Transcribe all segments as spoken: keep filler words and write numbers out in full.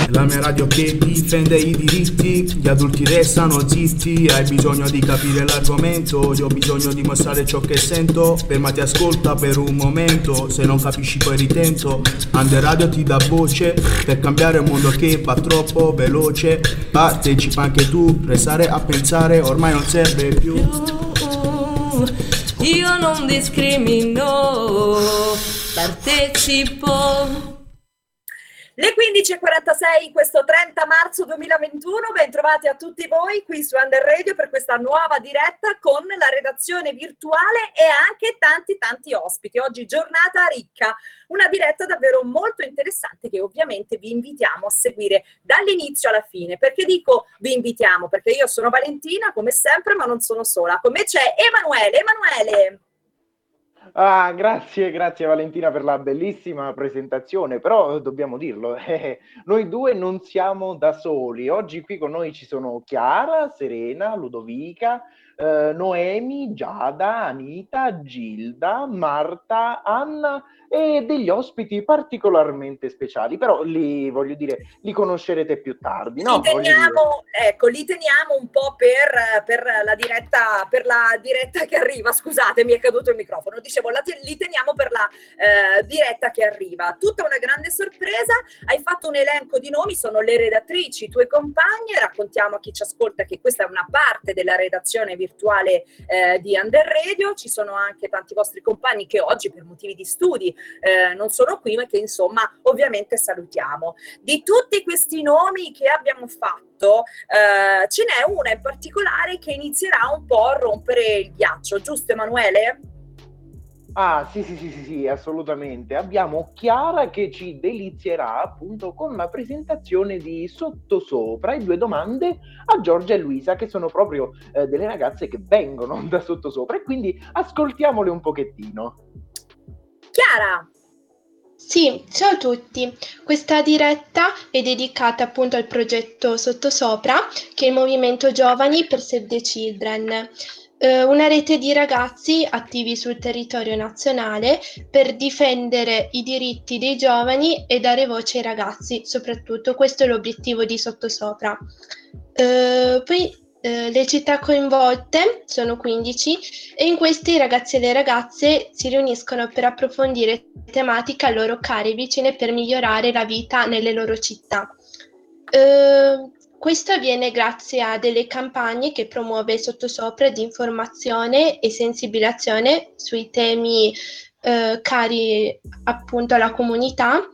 La mia radio che difende i diritti, gli adulti restano zitti. Hai bisogno di capire l'argomento, io ho bisogno di mostrare ciò che sento. Fermati, ascolta per un momento, se non capisci poi ritento. Under Radio ti dà voce per cambiare un mondo che va troppo veloce. Partecipa anche tu, restare a pensare ormai non serve più. Io non discrimino, partecipo. Le quindici e quarantasei, questo trenta marzo duemilaventuno, ben trovati a tutti voi qui su Under Radio per questa nuova diretta con la redazione virtuale e anche tanti tanti ospiti. Oggi giornata ricca, una diretta davvero molto interessante che ovviamente vi invitiamo a seguire dall'inizio alla fine. Perché dico vi invitiamo? Perché io sono Valentina come sempre, ma non sono sola. Con me c'è Emanuele. Emanuele! Ah, grazie, grazie Valentina per la bellissima presentazione, però dobbiamo dirlo, eh, noi due non siamo da soli. Oggi qui con noi ci sono Chiara, Serena, Ludovica, eh, Noemi, Giada, Anita, Gilda, Marta, Anna e degli ospiti particolarmente speciali, però li voglio dire, li conoscerete più tardi, no? Li teniamo, ecco, li teniamo un po' per, per la diretta, per la diretta che arriva. Scusate, mi è caduto il microfono. Dicevo, la, li teniamo per la eh, diretta che arriva. Tutta una grande sorpresa. Hai fatto un elenco di nomi, sono le redattrici, i tuoi compagni. Raccontiamo a chi ci ascolta che questa è una parte della redazione virtuale eh, di Under Radio. Ci sono anche tanti vostri compagni che oggi per motivi di studi Eh, non sono qui, ma che insomma ovviamente salutiamo. Di tutti questi nomi che abbiamo fatto eh, ce n'è una in particolare che inizierà un po' a rompere il ghiaccio, giusto Emanuele? Ah sì sì sì sì sì, assolutamente. Abbiamo Chiara che ci delizierà appunto con la presentazione di Sottosopra e due domande a Giorgia e Luisa, che sono proprio eh, delle ragazze che vengono da Sottosopra, e quindi ascoltiamole un pochettino. Chiara! Sì, ciao a tutti. Questa diretta è dedicata appunto al progetto Sottosopra, che è il Movimento Giovani per Save the Children, eh, una rete di ragazzi attivi sul territorio nazionale per difendere i diritti dei giovani e dare voce ai ragazzi, soprattutto questo è l'obiettivo di Sottosopra. Eh, poi eh, le città coinvolte sono quindici e in queste i ragazzi e le ragazze si riuniscono per approfondire tematiche a loro care e vicine per migliorare la vita nelle loro città. Eh, questo avviene grazie a delle campagne che promuove Sottosopra di informazione e sensibilizzazione sui temi eh, cari appunto alla comunità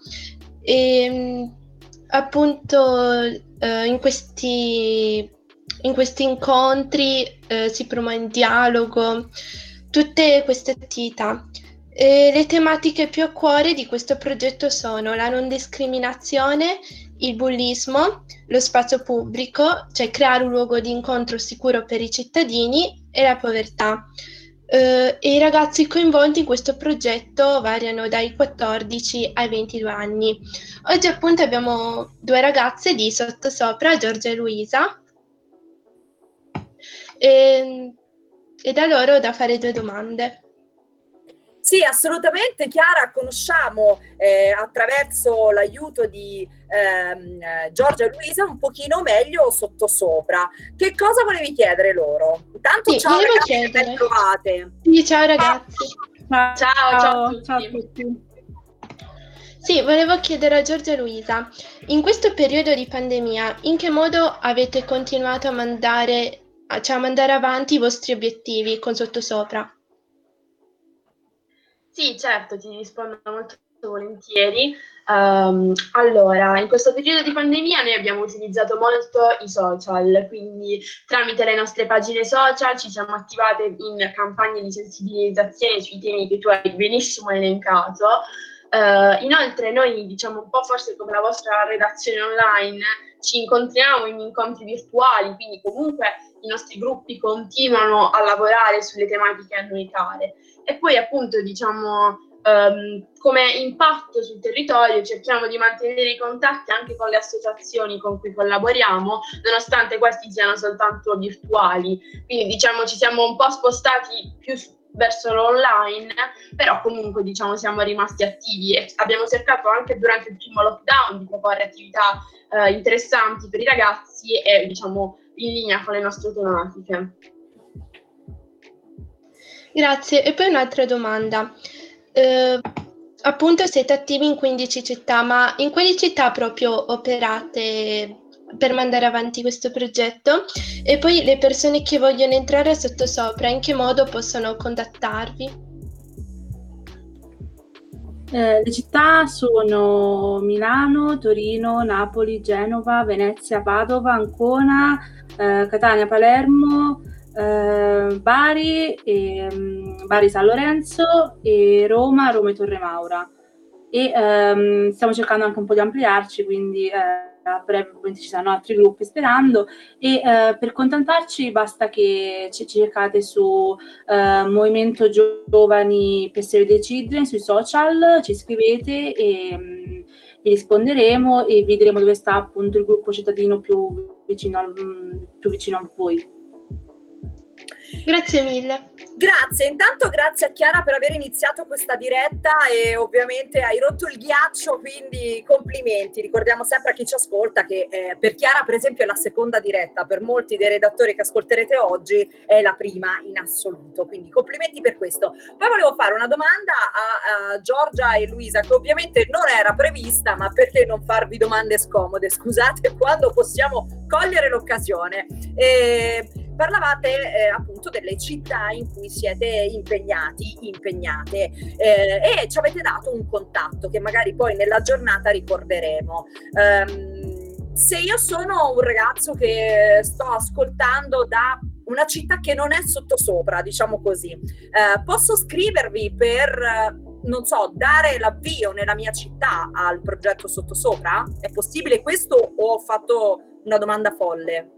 e appunto eh, in questi In questi incontri eh, si promuove il dialogo, tutte queste attività. E le tematiche più a cuore di questo progetto sono la non discriminazione, il bullismo, lo spazio pubblico, cioè creare un luogo di incontro sicuro per i cittadini, e la povertà. Eh, e i ragazzi coinvolti in questo progetto variano dai quattordici ai ventidue anni. Oggi appunto abbiamo due ragazze di Sottosopra, Giorgia e Luisa, e, e da loro da fare due domande. Sì, assolutamente Chiara, conosciamo eh, attraverso l'aiuto di ehm, Giorgia e Luisa un pochino meglio Sottosopra. Che cosa volevi chiedere loro? Intanto Sì, ciao ragazzi, chiedere. ben trovate. Sì, ciao ragazzi. Ciao, ciao, ciao a tutti. Ciao a tutti. Sì, volevo chiedere a Giorgia e Luisa, in questo periodo di pandemia, in che modo avete continuato a mandare, cioè a mandare avanti i vostri obiettivi con Sottosopra? Sì, certo, ti rispondo molto volentieri. Um, allora, in questo periodo di pandemia noi abbiamo utilizzato molto i social, quindi tramite le nostre pagine social ci siamo attivate in campagne di sensibilizzazione sui temi che tu hai benissimo elencato. Uh, inoltre noi, diciamo un po' forse come la vostra redazione online, ci incontriamo in incontri virtuali, quindi comunque i nostri gruppi continuano a lavorare sulle tematiche a noi care. E poi appunto diciamo um, come impatto sul territorio cerchiamo di mantenere i contatti anche con le associazioni con cui collaboriamo, nonostante questi siano soltanto virtuali. Quindi diciamo ci siamo un po' spostati più verso l'online, però comunque diciamo siamo rimasti attivi e abbiamo cercato anche durante il primo lockdown di proporre attività eh, interessanti per i ragazzi e diciamo in linea con le nostre tematiche. Grazie. E poi un'altra domanda. Eh, appunto siete attivi in quindici città, ma in quali città proprio operate per mandare avanti questo progetto? E poi le persone che vogliono entrare a Sottosopra, in che modo possono contattarvi? Eh, le città sono Milano, Torino, Napoli, Genova, Venezia, Padova, Ancona, eh, Catania, Palermo, eh, Bari, e, um, Bari San Lorenzo e Roma, Roma e Torre Maura. E um, stiamo cercando anche un po' di ampliarci, quindi eh, a breve ci saranno altri gruppi sperando, e eh, per contattarci basta che ci cercate su eh, Movimento Giovani per Save the Children sui social, ci scrivete e um, vi risponderemo e vi diremo dove sta appunto il gruppo cittadino più vicino, al, più vicino a voi. Grazie mille. Grazie, intanto grazie a Chiara per aver iniziato questa diretta e ovviamente hai rotto il ghiaccio, quindi complimenti. Ricordiamo sempre a chi ci ascolta che eh, per Chiara per esempio è la seconda diretta, per molti dei redattori che ascolterete oggi è la prima in assoluto, quindi complimenti per questo. Poi volevo fare una domanda a, a Giorgia e Luisa, che ovviamente non era prevista, ma perché non farvi domande scomode, scusate, quando possiamo cogliere l'occasione. E parlavate eh, appunto delle città in cui siete impegnati, impegnate eh, e ci avete dato un contatto che magari poi nella giornata ricorderemo. Um, se io sono un ragazzo che sto ascoltando da una città che non è Sottosopra, diciamo così, eh, posso scrivervi per, non so, dare l'avvio nella mia città al progetto Sottosopra? È possibile questo o ho fatto una domanda folle?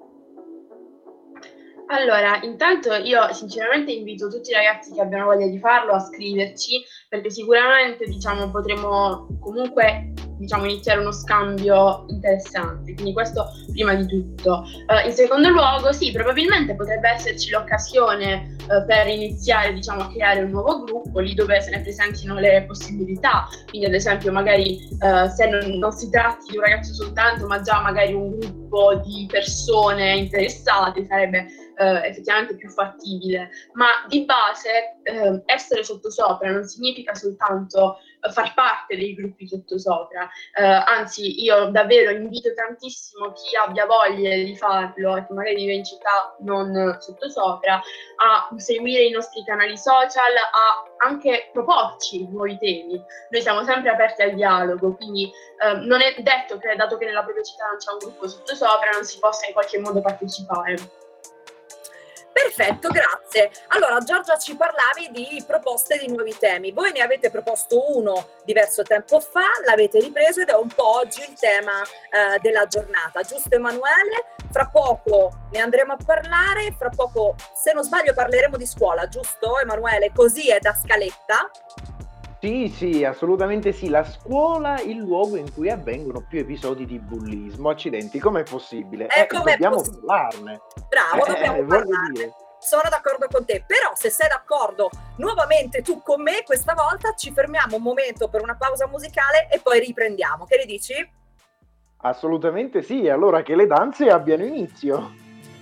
Allora, intanto io sinceramente invito tutti i ragazzi che abbiano voglia di farlo a scriverci, perché sicuramente diciamo potremo comunque diciamo iniziare uno scambio interessante, quindi questo prima di tutto. Uh, in secondo luogo, sì, probabilmente potrebbe esserci l'occasione uh, per iniziare diciamo a creare un nuovo gruppo lì dove se ne presentino le possibilità, quindi ad esempio magari uh, se non, non si tratti di un ragazzo soltanto, ma già magari un gruppo di persone interessate, sarebbe Uh, effettivamente più fattibile, ma di base uh, essere sottosopra non significa soltanto uh, far parte dei gruppi sottosopra, uh, anzi io davvero invito tantissimo chi abbia voglia di farlo e che magari vive in città non sottosopra a seguire i nostri canali social, a anche proporci nuovi temi. Noi siamo sempre aperti al dialogo, quindi uh, non è detto che dato che nella propria città non c'è un gruppo sottosopra non si possa in qualche modo partecipare. Perfetto, grazie. Allora, Giorgia, ci parlavi di proposte di nuovi temi. Voi ne avete proposto uno diverso tempo fa, l'avete ripreso ed è un po' oggi il tema eh, della giornata, giusto Emanuele? Fra poco ne andremo a parlare, fra poco, se non sbaglio, parleremo di scuola, giusto Emanuele? Così è da scaletta? Sì, sì, assolutamente sì. La scuola, il luogo in cui avvengono più episodi di bullismo. Accidenti, com'è possibile? Eh, eh, com'è dobbiamo possibile? parlarne. Bravo, Eh, dobbiamo voglio parlarne. dire. Sono d'accordo con te, però se sei d'accordo nuovamente tu con me, questa volta ci fermiamo un momento per una pausa musicale e poi riprendiamo. Che ne dici? Assolutamente sì, allora che le danze abbiano inizio.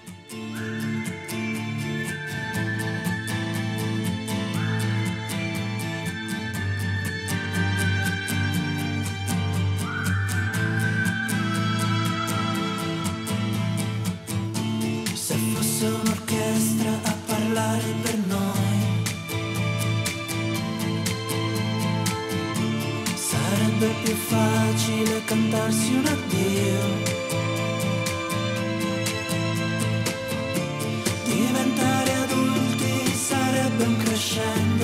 Se fosse un'orchestra a parlare per noi, sarebbe più facile cantarsi un addio. Diventare adulti sarebbe un crescendo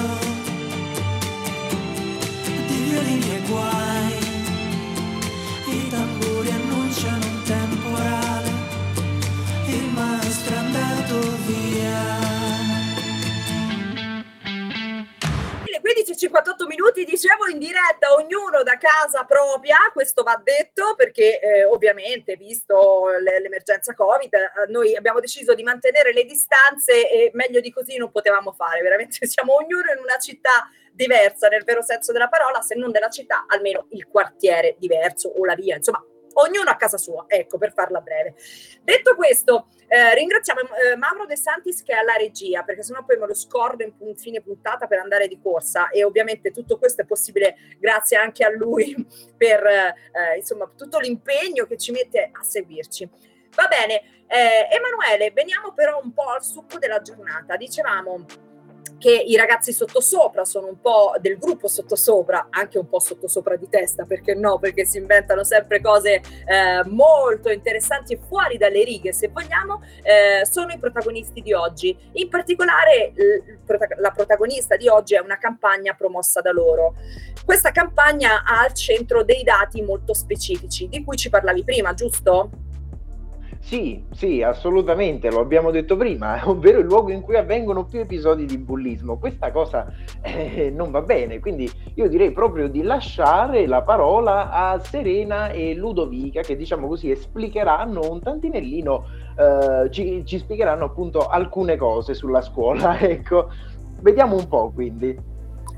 di violini e guai. I tamburi annunciano un temporale, il maestro è andato via. quindici e cinquantotto minuti, dicevo, in diretta, ognuno da casa propria, questo va detto perché eh, ovviamente, visto l- l'emergenza Covid, eh, noi abbiamo deciso di mantenere le distanze e meglio di così non potevamo fare, veramente siamo ognuno in una città diversa nel vero senso della parola, se non della città, almeno il quartiere diverso o la via, insomma, ognuno a casa sua, ecco, per farla breve. Detto questo, eh, ringraziamo eh, Mauro De Santis che è alla regia, perché sennò poi me lo scordo in, in fine puntata per andare di corsa, e ovviamente tutto questo è possibile grazie anche a lui per eh, insomma tutto l'impegno che ci mette a seguirci. Va bene, eh, Emanuele, veniamo però un po' al succo della giornata. Dicevamo che i ragazzi sottosopra sono un po' del gruppo sottosopra, anche un po' sottosopra di testa, perché no? Perché si inventano sempre cose eh, molto interessanti e fuori dalle righe, se vogliamo, eh, sono i protagonisti di oggi. In particolare l- la protagonista di oggi è una campagna promossa da loro. Questa campagna ha al centro dei dati molto specifici, di cui ci parlavi prima, giusto? Sì, sì, assolutamente, lo abbiamo detto prima, ovvero il luogo in cui avvengono più episodi di bullismo. Questa cosa eh, non va bene, quindi io direi proprio di lasciare la parola a Serena e Ludovica, che diciamo così esplicheranno un tantinellino, eh, ci, ci spiegheranno appunto alcune cose sulla scuola. Ecco, vediamo un po' quindi.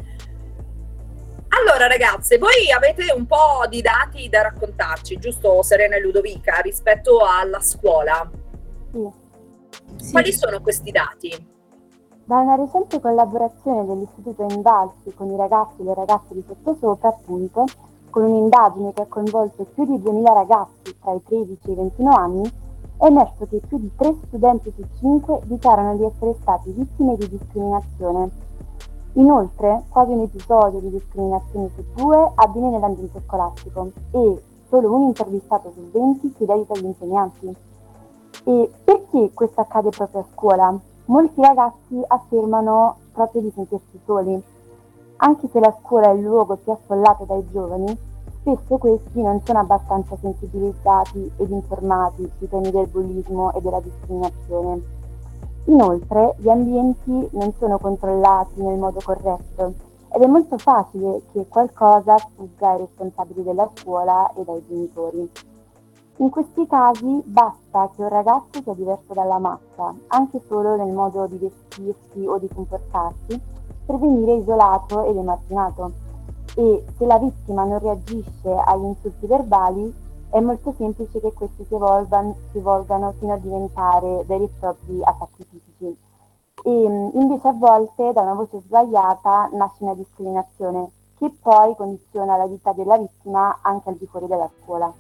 Allora ragazze, voi avete un po' di dati da raccontarci, giusto Serena e Ludovica, rispetto alla scuola? Sì. Quali sono questi dati? Da una recente collaborazione dell'Istituto Invalsi con i ragazzi e le ragazze di sottosopra, appunto, con un'indagine che ha coinvolto più di duemila ragazzi tra i tredici e i ventuno anni, è emerso che più di tre studenti su cinque dichiarano di essere stati vittime di discriminazione. Inoltre, quasi un episodio di discriminazione su due avviene nell'ambiente scolastico e solo un intervistato su venti chiede aiuto agli insegnanti. E perché questo accade proprio a scuola? Molti ragazzi affermano proprio di sentirsi soli. Anche se la scuola è il luogo più affollato dai giovani, spesso questi non sono abbastanza sensibilizzati ed informati sui temi del bullismo e della discriminazione. Inoltre, gli ambienti non sono controllati nel modo corretto ed è molto facile che qualcosa sfugga ai responsabili della scuola e dai genitori. In questi casi basta che un ragazzo sia diverso dalla massa, anche solo nel modo di vestirsi o di comportarsi, per venire isolato ed emarginato. E se la vittima non reagisce agli insulti verbali, è molto semplice che questi si evolvano, si evolvano fino a diventare veri e propri attacchi fisici. E invece a volte da una voce sbagliata nasce una discriminazione che poi condiziona la vita della vittima anche al di fuori della scuola.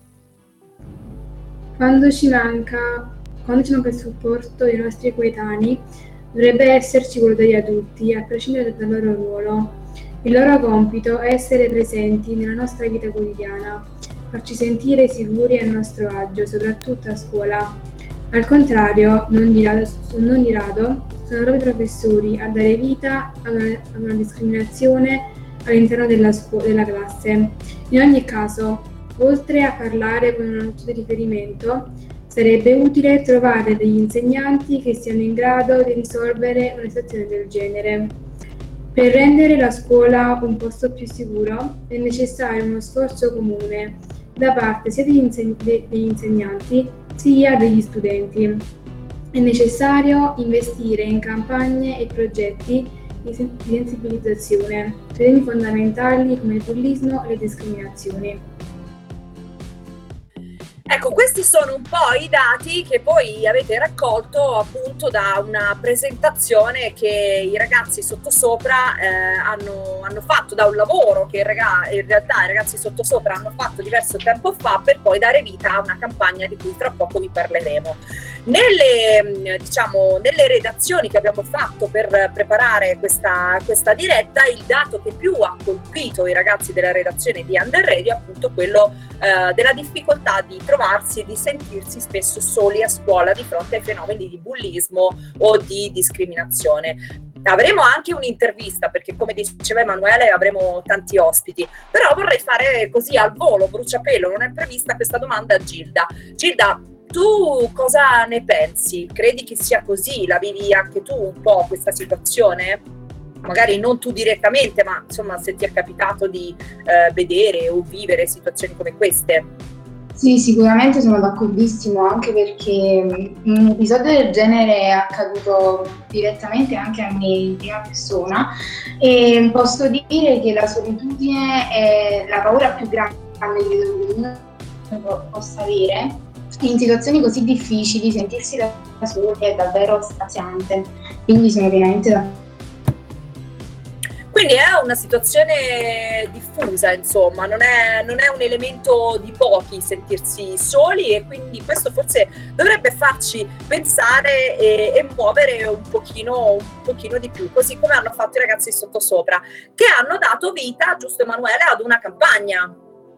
Quando ci manca, quando ci manca il supporto dei nostri coetanei, dovrebbe esserci quello degli adulti, a prescindere dal loro ruolo. Il loro compito è essere presenti nella nostra vita quotidiana, farci sentire sicuri e a nostro agio, soprattutto a scuola. Al contrario, non di rado, non di rado sono proprio i professori a dare vita a una, a una discriminazione all'interno della, scu- della classe. In ogni caso, oltre a parlare con una noce di riferimento, sarebbe utile trovare degli insegnanti che siano in grado di risolvere una situazione del genere. Per rendere la scuola un posto più sicuro è necessario uno sforzo comune da parte sia degli, inseg- degli insegnanti sia degli studenti. È necessario investire in campagne e progetti di sensibilizzazione su temi fondamentali come il bullismo e le discriminazioni. Ecco, questi sono un po' i dati che poi avete raccolto appunto da una presentazione che i ragazzi sottosopra eh, hanno, hanno fatto, da un lavoro che in, raga- in realtà i ragazzi sottosopra hanno fatto diverso tempo fa, per poi dare vita a una campagna di cui tra poco vi parleremo. Nelle, diciamo, nelle redazioni che abbiamo fatto per preparare questa, questa diretta, il dato che più ha colpito i ragazzi della redazione di Under Radio è appunto quello eh, della difficoltà di trovarsi e di sentirsi spesso soli a scuola di fronte ai fenomeni di bullismo o di discriminazione. Avremo anche un'intervista perché, come diceva Emanuele, avremo tanti ospiti, però vorrei fare così al volo, bruciapelo, non è prevista questa domanda a Gilda. Gilda, tu cosa ne pensi? Credi che sia così? La vivi anche tu un po' questa situazione? magari non tu direttamente, ma insomma se ti è capitato di eh, vedere o vivere situazioni come queste. Sì, sicuramente sono d'accordissimo, anche perché un episodio del genere è accaduto direttamente anche a me in prima persona e posso dire che la solitudine è la paura più grande che uno possa avere. In situazioni così difficili sentirsi da soli è davvero straziante, quindi sono pienamente d'accordo. Quindi è una situazione diffusa, insomma, non è, non è un elemento di pochi sentirsi soli, e quindi questo forse dovrebbe farci pensare e, e muovere un pochino, un pochino di più, così come hanno fatto i ragazzi sottosopra, che hanno dato vita, giusto Emanuele, ad una campagna.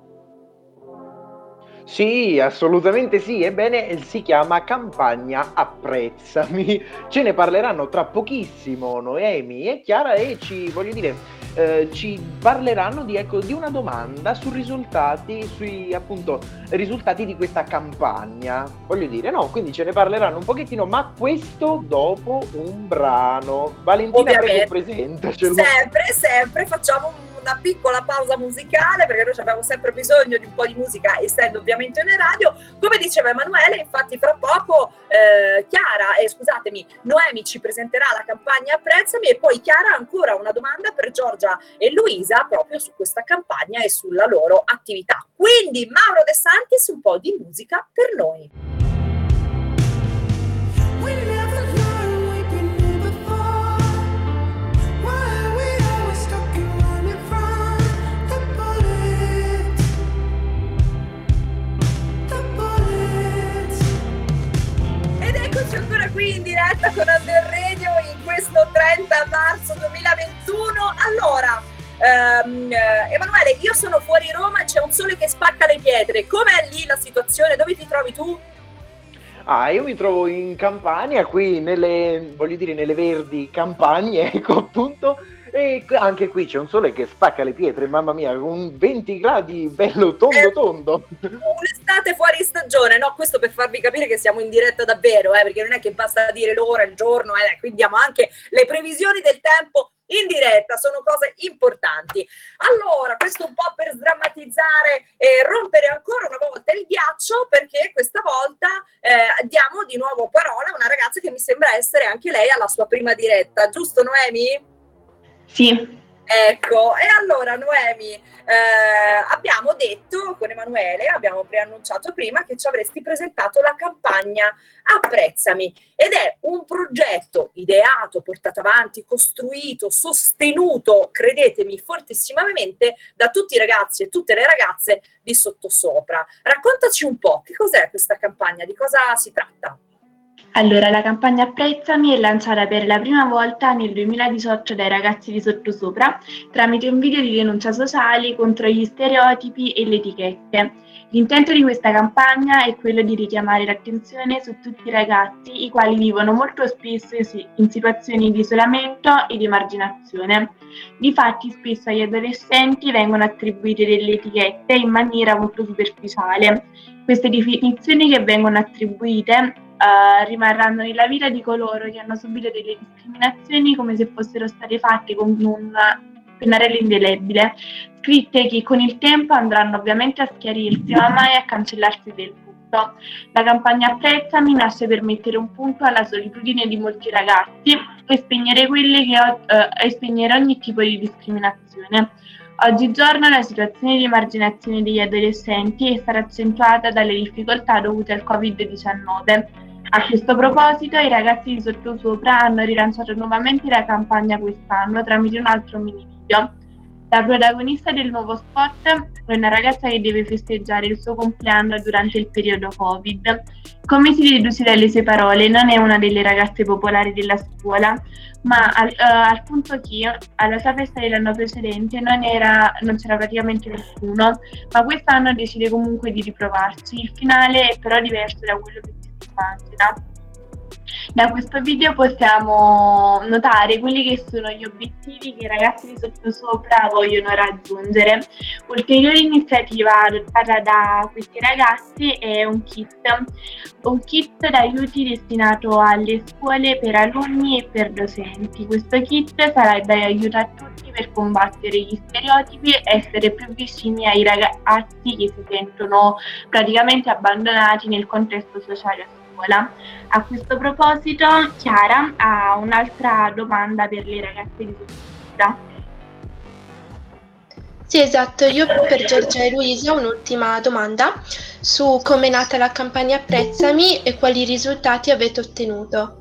Sì, assolutamente sì, ebbene si chiama Campagna Apprezzami. Ce ne parleranno tra pochissimo Noemi e Chiara e ci, voglio dire, eh, ci parleranno di, ecco, di una domanda sui risultati, sui appunto risultati di questa campagna. Voglio dire, no, quindi ce ne parleranno un pochettino, ma questo dopo un brano. Valentina, prego, presentacelo. Sempre, sempre, facciamo un una piccola pausa musicale, perché noi abbiamo sempre bisogno di un po' di musica, essendo ovviamente in radio. Come diceva Emanuele, infatti fra poco eh, Chiara, eh, scusatemi, Noemi ci presenterà la campagna Apprezzami, e poi Chiara ancora una domanda per Giorgia e Luisa proprio su questa campagna e sulla loro attività. Quindi Mauro De Santis, un po' di musica per noi. Ancora qui in diretta con Under Radio in questo trenta marzo duemilaventuno. Allora, ehm, Emanuele, io sono fuori Roma e c'è un sole che spacca le pietre. Com'è lì la situazione? Dove ti trovi tu? Ah, io mi trovo in Campania, qui nelle, voglio dire, nelle verdi campagne, ecco appunto. E anche qui c'è un sole che spacca le pietre, mamma mia, con venti gradi, bello tondo tondo. Un'estate fuori stagione, no? Questo per farvi capire che siamo in diretta davvero, eh, perché non è che basta dire l'ora, il giorno, eh, quindi diamo anche le previsioni del tempo in diretta, sono cose importanti. Allora, questo un po' per sdrammatizzare e rompere ancora una volta il ghiaccio, perché questa volta eh, diamo di nuovo parola a una ragazza che mi sembra essere anche lei alla sua prima diretta, giusto Noemi? Sì. Ecco, e allora Noemi, eh, abbiamo detto con Emanuele, abbiamo preannunciato prima che ci avresti presentato la campagna Apprezzami, ed è un progetto ideato, portato avanti, costruito, sostenuto, credetemi, fortissimamente da tutti i ragazzi e tutte le ragazze di Sottosopra. Raccontaci un po', che cos'è questa campagna, di cosa si tratta? Allora, la campagna Apprezzami è lanciata per la prima volta nel duemiladiciotto dai ragazzi di Sottosopra tramite un video di denuncia sociale contro gli stereotipi e le etichette. L'intento di questa campagna è quello di richiamare l'attenzione su tutti i ragazzi i quali vivono molto spesso in situazioni di isolamento e di emarginazione. Difatti spesso agli adolescenti vengono attribuite delle etichette in maniera molto superficiale. Queste definizioni che vengono attribuite Uh, rimarranno nella vita di coloro che hanno subito delle discriminazioni come se fossero state fatte con un pennarello indelebile, scritte che con il tempo andranno ovviamente a schiarirsi ma mai a cancellarsi del tutto. La campagna Apprezzami nasce per mettere un punto alla solitudine di molti ragazzi e spegnere, quelle che, uh, e spegnere ogni tipo di discriminazione. Oggigiorno la situazione di emarginazione degli adolescenti è stata accentuata dalle difficoltà dovute al covid diciannove. A questo proposito i ragazzi di Sottosopra hanno rilanciato nuovamente la campagna quest'anno tramite un altro mini video. La protagonista del nuovo spot è una ragazza che deve festeggiare il suo compleanno durante il periodo Covid. Come si deduce dalle sue parole, non è una delle ragazze popolari della scuola, ma al, uh, al punto che alla sua festa dell'anno precedente non, era, non c'era praticamente nessuno, ma quest'anno decide comunque di riprovarci. Il finale è però diverso da quello che si immagina. Da questo video possiamo notare quelli che sono gli obiettivi che i ragazzi di sottosopra vogliono raggiungere. Ulteriore iniziativa adottata da questi ragazzi è un kit, un kit d'aiuti destinato alle scuole per alunni e per docenti. Questo kit sarà di aiuto a tutti per combattere gli stereotipi e essere più vicini ai ragazzi che si sentono praticamente abbandonati nel contesto sociale a scuola. A questo proposito, Chiara ha un'altra domanda per le ragazze di sottosopra. Sì, esatto. Io per Giorgia e Luisa ho un'ultima domanda su come è nata la campagna Apprezzami e quali risultati avete ottenuto.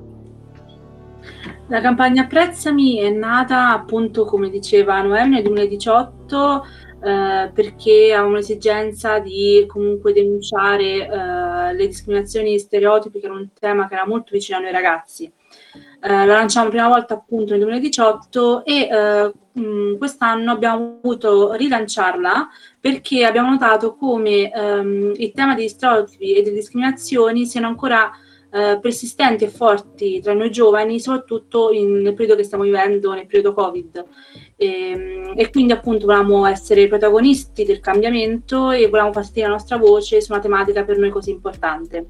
La campagna Apprezzami è nata appunto, come diceva Noemi, nel duemiladiciotto eh, perché avevamo l'esigenza di comunque denunciare eh, le discriminazioni e stereotipi, che era un tema che era molto vicino a noi ragazzi. Eh, la lanciamo la prima volta appunto nel duemiladiciotto e eh, mh, quest'anno abbiamo voluto rilanciarla perché abbiamo notato come ehm, il tema degli stereotipi e delle discriminazioni siano ancora eh, persistenti e forti tra noi giovani, soprattutto in, nel periodo che stiamo vivendo, nel periodo Covid. E, e quindi appunto volevamo essere protagonisti del cambiamento e volevamo far sentire la nostra voce su una tematica per noi così importante.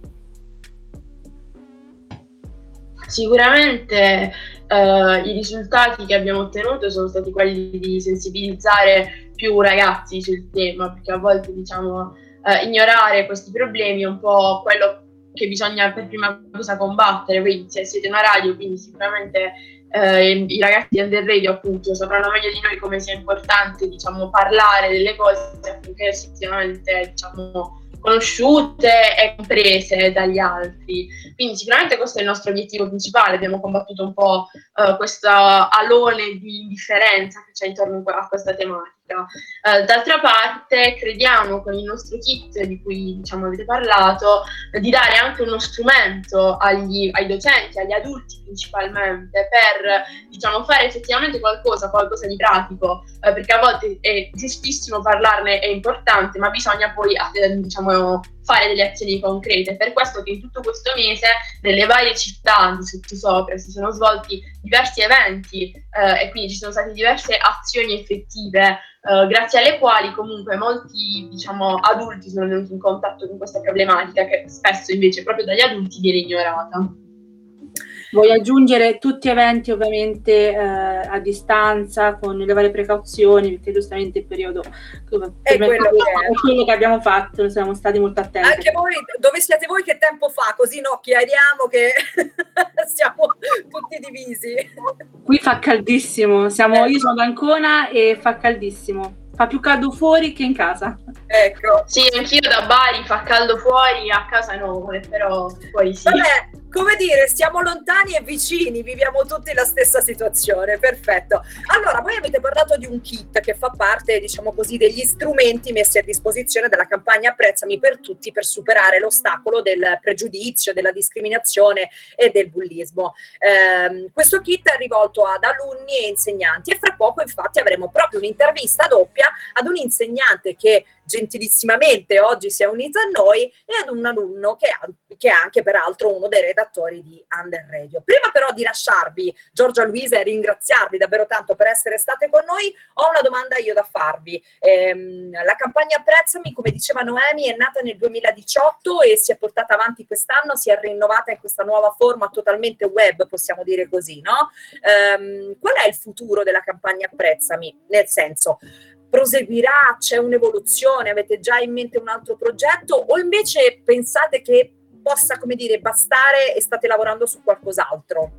Sicuramente eh, i risultati che abbiamo ottenuto sono stati quelli di sensibilizzare più ragazzi sul tema, perché a volte diciamo eh, ignorare questi problemi è un po' quello che bisogna per prima cosa combattere. Quindi se siete una radio, quindi sicuramente eh, i ragazzi di Under Radio appunto sapranno meglio di noi come sia importante diciamo parlare delle cose affinché effettivamente diciamo conosciute e comprese dagli altri. Quindi sicuramente questo è il nostro obiettivo principale. Abbiamo combattuto un po' uh, questo alone di indifferenza che c'è intorno a questa tematica. Uh, d'altra parte crediamo con il nostro kit di cui diciamo avete parlato uh, di dare anche uno strumento agli, ai docenti, agli adulti principalmente, per diciamo fare effettivamente qualcosa, qualcosa di pratico, uh, perché a volte è giustissimo parlarne, è importante, ma bisogna poi uh, diciamo fare delle azioni concrete. Per questo che in tutto questo mese nelle varie città di sottosopra si sono svolti diversi eventi eh, e quindi ci sono state diverse azioni effettive eh, grazie alle quali comunque molti diciamo adulti sono venuti in contatto con questa problematica che spesso invece proprio dagli adulti viene ignorata. Voglio aggiungere tutti eventi ovviamente eh, a distanza con le varie precauzioni, perché giustamente il periodo è quello, che è quello che abbiamo fatto, siamo stati molto attenti. Anche voi, dove siete voi, che tempo fa? Così no, chiariamo che siamo tutti divisi. Qui fa caldissimo, siamo, io sono ad Ancona e fa caldissimo. Fa più caldo fuori che in casa. Ecco. Sì, anch'io da Bari, fa caldo fuori, a casa no, però fuori sì. Vabbè, come dire, siamo lontani e vicini, viviamo tutti la stessa situazione, perfetto. Allora, voi avete parlato di un kit che fa parte, diciamo così, degli strumenti messi a disposizione della campagna Apprezzami per tutti per superare l'ostacolo del pregiudizio, della discriminazione e del bullismo. Eh, questo kit è rivolto ad alunni e insegnanti e fra poco infatti avremo proprio un'intervista doppia ad un insegnante che gentilissimamente oggi si è unito a noi e ad un alunno che, ha, che è anche peraltro uno dei redattori di Under Radio. Prima però di lasciarvi, Giorgia, Luisa, e ringraziarvi davvero tanto per essere state con noi, ho una domanda io da farvi. Ehm, la campagna Apprezzami, come diceva Noemi, è nata nel duemiladiciotto e si è portata avanti quest'anno, si è rinnovata in questa nuova forma totalmente web, possiamo dire così, no? Ehm, qual è il futuro della campagna Apprezzami? Nel senso, proseguirà, c'è un'evoluzione, avete già in mente un altro progetto o invece pensate che possa, come dire, bastare e state lavorando su qualcos'altro?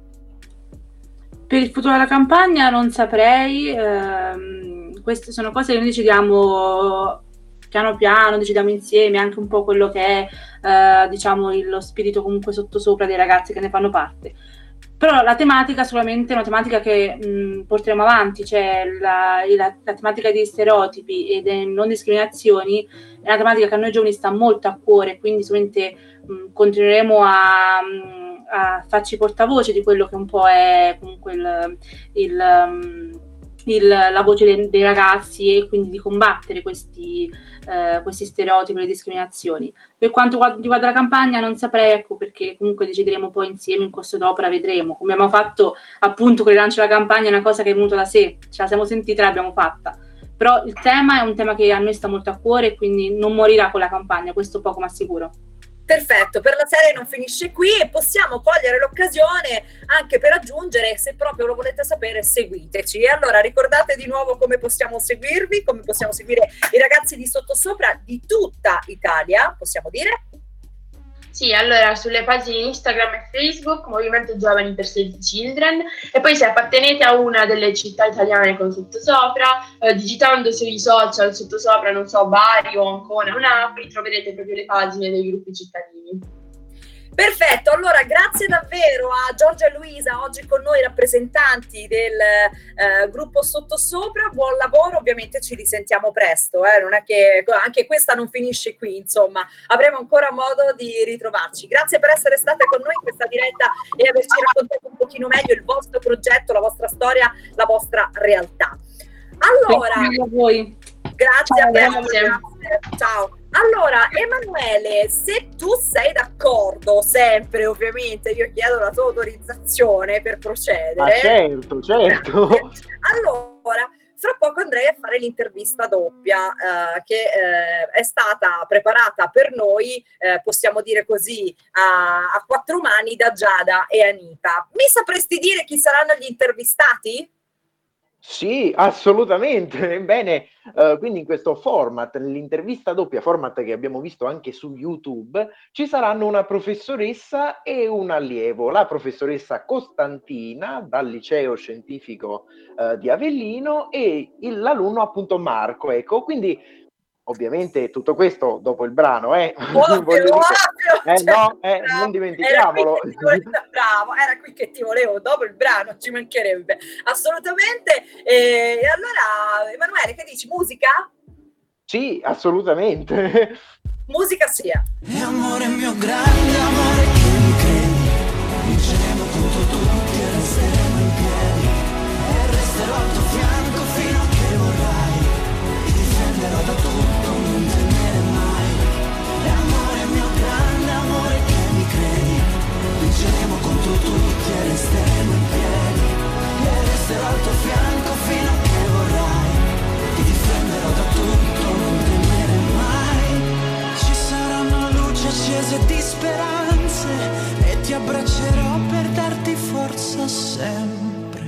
Per il futuro della campagna non saprei, ehm, queste sono cose che noi decidiamo piano piano, decidiamo insieme, anche un po' quello che è eh, diciamo il- lo spirito comunque sottosopra dei ragazzi che ne fanno parte. Però la tematica sicuramente è una tematica che mh, porteremo avanti, cioè la, la, la tematica degli stereotipi e delle non discriminazioni è una tematica che a noi giovani sta molto a cuore, quindi sicuramente mh, continueremo a, mh, a farci portavoce di quello che un po' è comunque il, il, um, il, la voce dei, dei ragazzi e quindi di combattere questi, eh, questi stereotipi e le discriminazioni. Per quanto riguarda la campagna non saprei, ecco, perché comunque decideremo poi insieme in corso d'opera, vedremo. Come abbiamo fatto appunto con il lancio della campagna, è una cosa che è venuta da sé, ce la siamo sentita e l'abbiamo fatta. Però il tema è un tema che a noi sta molto a cuore e quindi non morirà con la campagna, questo poco ma sicuro. Perfetto, per la serie non finisce qui e possiamo cogliere l'occasione anche per aggiungere, se proprio lo volete sapere, seguiteci. E allora ricordate di nuovo come possiamo seguirvi, come possiamo seguire i ragazzi di Sottosopra di tutta Italia, possiamo dire? Sì, allora sulle pagine Instagram e Facebook, Movimento Giovani per Save the Children, e poi se appartenete a una delle città italiane con Sottosopra, eh, digitando sui social Sottosopra, non so, Bari o Ancona o Napoli, troverete proprio le pagine dei gruppi cittadini. Perfetto, allora grazie davvero a Giorgia e Luisa, oggi con noi rappresentanti del eh, gruppo Sottosopra, buon lavoro, ovviamente ci risentiamo presto, eh? Non è che anche questa non finisce qui, insomma, avremo ancora modo di ritrovarci. Grazie per essere state con noi in questa diretta e averci raccontato un pochino meglio il vostro progetto, la vostra storia, la vostra realtà. Allora, grazie a voi. Grazie, Ciao, grazie. grazie. Ciao. Allora, Emanuele, se tu sei d'accordo, sempre ovviamente, io chiedo la tua autorizzazione per procedere. Ah, certo, certo. Allora, fra poco andrei a fare l'intervista doppia eh, che eh, è stata preparata per noi, eh, possiamo dire così, a, a quattro mani da Giada e Anita. Mi sapresti dire chi saranno gli intervistati? Sì, assolutamente. Bene, eh, quindi in questo format, nell'intervista doppia, format che abbiamo visto anche su YouTube, ci saranno una professoressa e un allievo. La professoressa Costantina dal liceo scientifico eh, di Avellino e il, l'alunno appunto Marco. Ecco, quindi ovviamente tutto questo dopo il brano, eh? Ovvio, Voglio ovvio, dire, eh cioè, no, eh, bravo, non dimentichiamolo. Era qui, che ti volevo, bravo, era qui che ti volevo, dopo il brano, ci mancherebbe, assolutamente. E allora, Emanuele, che dici, musica? Sì, assolutamente. Musica sia. E amore mio grande amore che mi credi, vinceremo contro tutti e resteremo in piedi, e resterò al tuo fianco fino a che vorrai, ti difenderò da tutto, non temere mai. E amore mio grande amore che mi credi, vinceremo contro tutti e resteremo in piedi, e resterò al tuo fianco fino a che vorrai, ti difenderò da tutto, non temere mai. Ci saranno luci accese di speranze e ti abbraccerò per darti forza sempre.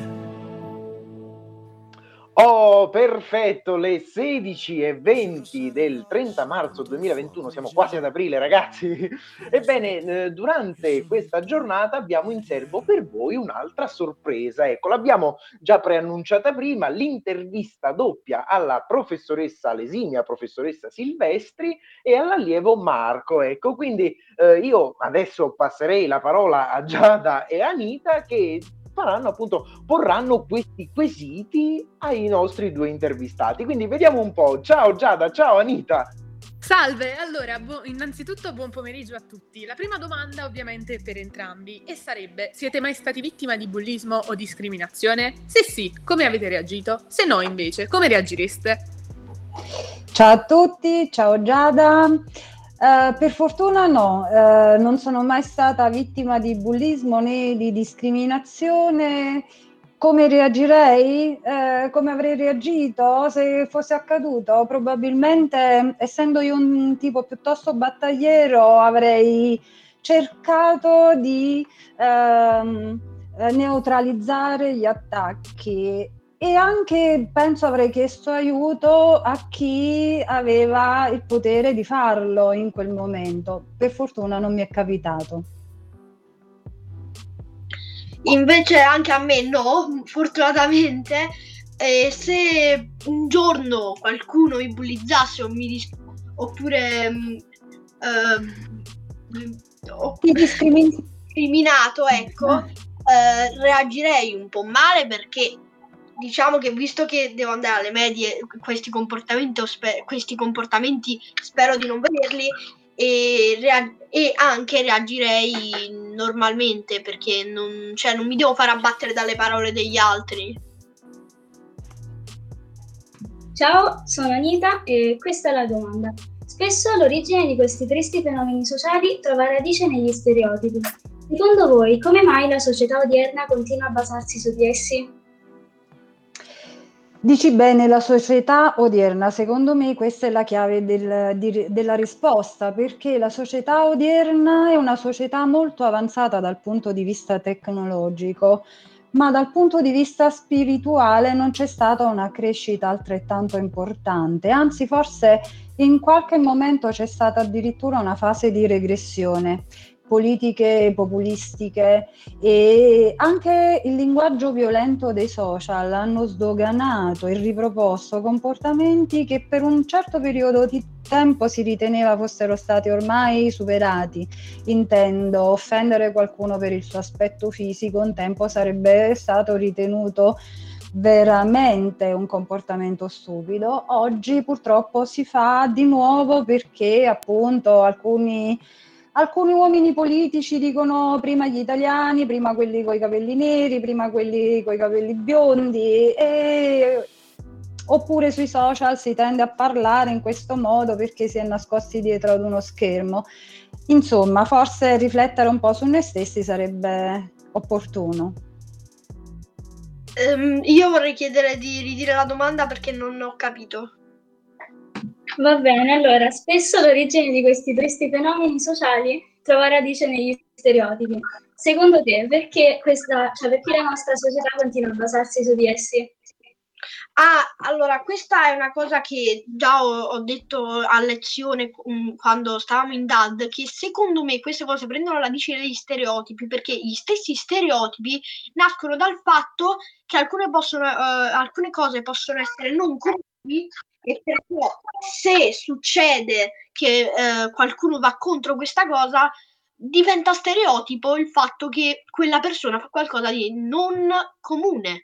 Oh, perfetto, le sedici e venti del trenta marzo duemilaventuno, siamo quasi ad aprile ragazzi. Ebbene, eh, durante questa giornata abbiamo in serbo per voi un'altra sorpresa, ecco, l'abbiamo già preannunciata prima, l'intervista doppia alla professoressa, l'esimia professoressa Silvestri e all'allievo Marco, ecco, quindi eh, io adesso passerei la parola a Giada e Anita che faranno appunto, porranno questi quesiti ai nostri due intervistati. Quindi vediamo un po'. Ciao Giada, ciao Anita. Salve, allora, bu- innanzitutto buon pomeriggio a tutti. La prima domanda ovviamente è per entrambi e sarebbe: siete mai stati vittima di bullismo o discriminazione? Se sì, come avete reagito? Se no invece, come reagireste? Ciao a tutti, ciao Giada. Uh, per fortuna no, uh, non sono mai stata vittima di bullismo né di discriminazione. Come reagirei? Uh, come avrei reagito se fosse accaduto? Probabilmente, essendo io un tipo piuttosto battagliero, avrei cercato di uh, neutralizzare gli attacchi. E anche penso avrei chiesto aiuto a chi aveva il potere di farlo in quel momento. Per fortuna non mi è capitato. Invece anche a me no, fortunatamente. Eh, se un giorno qualcuno mi bullizzasse o mi dis- oppure eh, oppure discriminato, ecco, eh, reagirei un po' male, perché diciamo che visto che devo andare alle medie, questi comportamenti, spe- questi comportamenti spero di non vederli, e, rea- e anche reagirei normalmente, perché non, cioè, non mi devo far abbattere dalle parole degli altri. Ciao, sono Anita e questa è la domanda. Spesso l'origine di questi tristi fenomeni sociali trova radice negli stereotipi. Secondo voi, come mai la società odierna continua a basarsi su di essi? Dici bene, la società odierna, secondo me questa è la chiave del- di- della risposta, perché la società odierna è una società molto avanzata dal punto di vista tecnologico, ma dal punto di vista spirituale non c'è stata una crescita altrettanto importante, anzi forse in qualche momento c'è stata addirittura una fase di regressione. Politiche populistiche e anche il linguaggio violento dei social hanno sdoganato e riproposto comportamenti che per un certo periodo di tempo si riteneva fossero stati ormai superati. Intendo, offendere qualcuno per il suo aspetto fisico un tempo sarebbe stato ritenuto veramente un comportamento stupido. Oggi purtroppo si fa di nuovo perché appunto alcuni Alcuni uomini politici dicono prima gli italiani, prima quelli coi capelli neri, prima quelli coi capelli biondi, e... oppure sui social si tende a parlare in questo modo perché si è nascosti dietro ad uno schermo. Insomma, forse riflettere un po' su noi stessi sarebbe opportuno. Ehm, io vorrei chiedere di ridire la domanda perché non ho capito. Va bene, allora, spesso l'origine di questi tristi fenomeni sociali trova radice negli stereotipi. Secondo te, perché questa, cioè perché la nostra società continua a basarsi su di essi? Ah, allora, questa è una cosa che già ho, ho detto a lezione um, quando stavamo in D A D, che secondo me queste cose prendono radice degli stereotipi, perché gli stessi stereotipi nascono dal fatto che alcune, possono, uh, alcune cose possono essere non comuni, e perché se succede che eh, qualcuno va contro questa cosa, diventa stereotipo il fatto che quella persona fa qualcosa di non comune.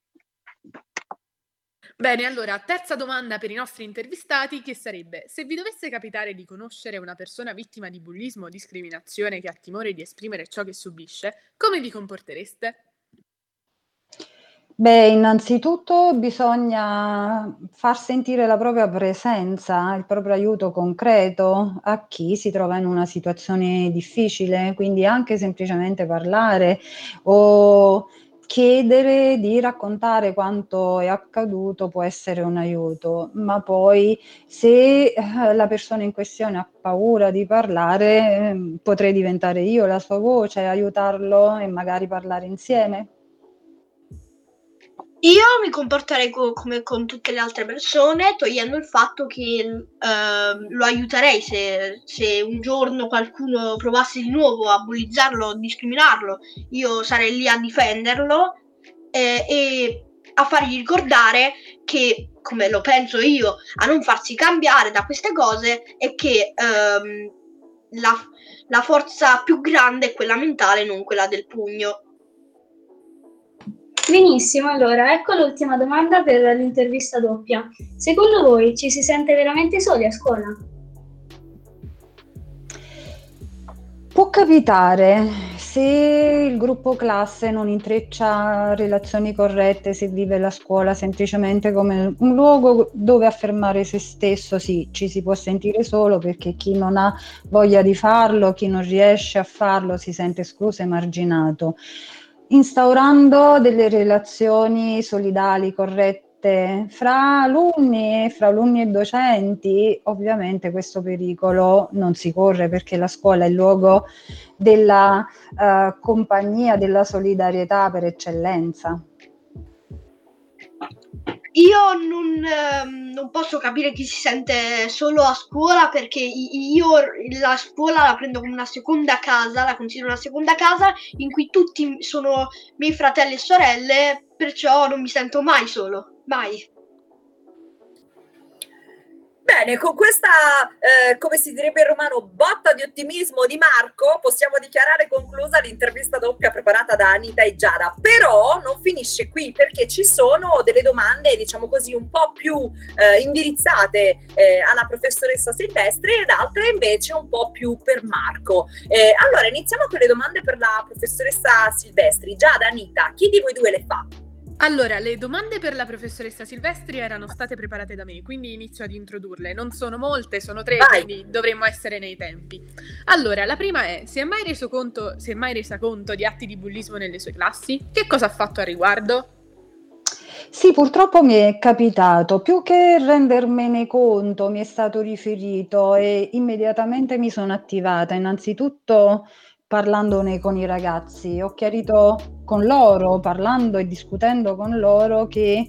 Bene, allora, terza domanda per i nostri intervistati, che sarebbe: se vi dovesse capitare di conoscere una persona vittima di bullismo o discriminazione che ha timore di esprimere ciò che subisce, come vi comportereste? Beh, innanzitutto bisogna far sentire la propria presenza, il proprio aiuto concreto a chi si trova in una situazione difficile, quindi anche semplicemente parlare o chiedere di raccontare quanto è accaduto può essere un aiuto, ma poi se eh, la persona in questione ha paura di parlare, eh, potrei diventare io la sua voce, aiutarlo e magari parlare insieme. Io mi comporterei co- come con tutte le altre persone, togliendo il fatto che eh, lo aiuterei se, se un giorno qualcuno provasse di nuovo a bullizzarlo o discriminarlo, io sarei lì a difenderlo eh, e a fargli ricordare che, come lo penso io, a non farsi cambiare da queste cose è che ehm, la, la forza più grande è quella mentale, non quella del pugno. Benissimo, allora ecco l'ultima domanda per l'intervista doppia. Secondo voi ci si sente veramente soli a scuola? Può capitare se il gruppo classe non intreccia relazioni corrette, se vive la scuola semplicemente come un luogo dove affermare se stesso, sì, ci si può sentire solo perché chi non ha voglia di farlo, chi non riesce a farlo si sente escluso e marginato. Instaurando delle relazioni solidali, corrette fra alunni e fra alunni e docenti, ovviamente questo pericolo non si corre perché la scuola è il luogo della uh, compagnia, della solidarietà per eccellenza. Io non, ehm, non posso capire chi si sente solo a scuola, perché io la scuola la prendo come una seconda casa, la considero una seconda casa in cui tutti sono miei fratelli e sorelle, perciò non mi sento mai solo, mai. Bene, con questa, eh, come si direbbe in romano, botta di ottimismo di Marco, possiamo dichiarare conclusa l'intervista doppia preparata da Anita e Giada. Però non finisce qui, perché ci sono delle domande, diciamo così, un po' più eh, indirizzate eh, alla professoressa Silvestri ed altre invece un po' più per Marco. Eh, allora, iniziamo con le domande per la professoressa Silvestri. Giada, Anita, chi di voi due le fa? Allora, le domande per la professoressa Silvestri erano state preparate da me, quindi inizio ad introdurle. Non sono molte, sono tre, Vai. quindi dovremmo essere nei tempi. Allora, la prima è: si è mai reso conto, si è mai resa conto di atti di bullismo nelle sue classi? Che cosa ha fatto a riguardo? Sì, purtroppo mi è capitato, più che rendermene conto, mi è stato riferito e immediatamente mi sono attivata. Innanzitutto parlandone con i ragazzi, ho chiarito con loro, parlando e discutendo con loro, che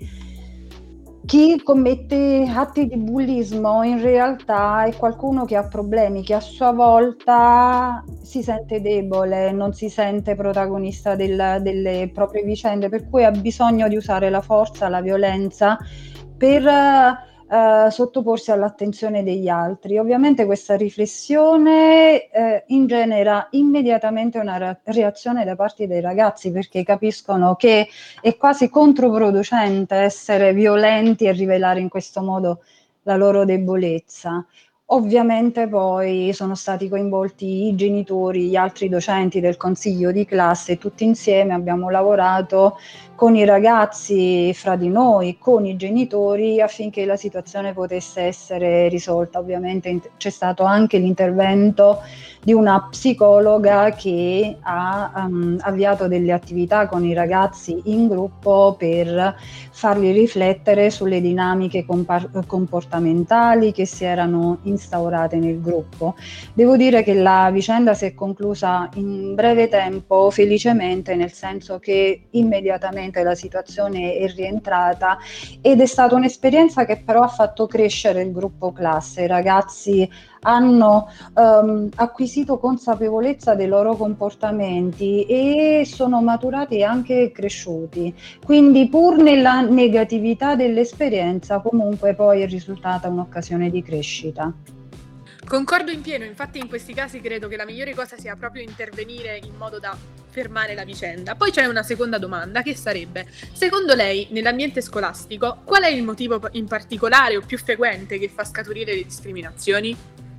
chi commette atti di bullismo in realtà è qualcuno che ha problemi, che a sua volta si sente debole, non si sente protagonista del- delle proprie vicende, per cui ha bisogno di usare la forza, la violenza per eh, sottoporsi all'attenzione degli altri. Ovviamente questa riflessione eh, ingenera immediatamente una re- reazione da parte dei ragazzi, perché capiscono che è quasi controproducente essere violenti e rivelare in questo modo la loro debolezza. Ovviamente poi sono stati coinvolti i genitori, gli altri docenti del consiglio di classe, e tutti insieme abbiamo lavorato con i ragazzi, fra di noi, con i genitori, affinché la situazione potesse essere risolta. Ovviamente int- c'è stato anche l'intervento di una psicologa che ha um, avviato delle attività con i ragazzi in gruppo per farli riflettere sulle dinamiche compar- comportamentali che si erano instaurate nel gruppo. Devo dire che la vicenda si è conclusa in breve tempo, felicemente, nel senso che immediatamente la situazione è rientrata, ed è stata un'esperienza che però ha fatto crescere il gruppo classe. I ragazzi hanno um, acquisito consapevolezza dei loro comportamenti e sono maturati e anche cresciuti. Quindi, pur nella negatività dell'esperienza, comunque poi è risultata un'occasione di crescita. Concordo in pieno, infatti in questi casi credo che la migliore cosa sia proprio intervenire in modo da fermare la vicenda. Poi c'è una seconda domanda, che sarebbe: secondo lei, nell'ambiente scolastico, qual è il motivo in particolare o più frequente che fa scaturire le discriminazioni?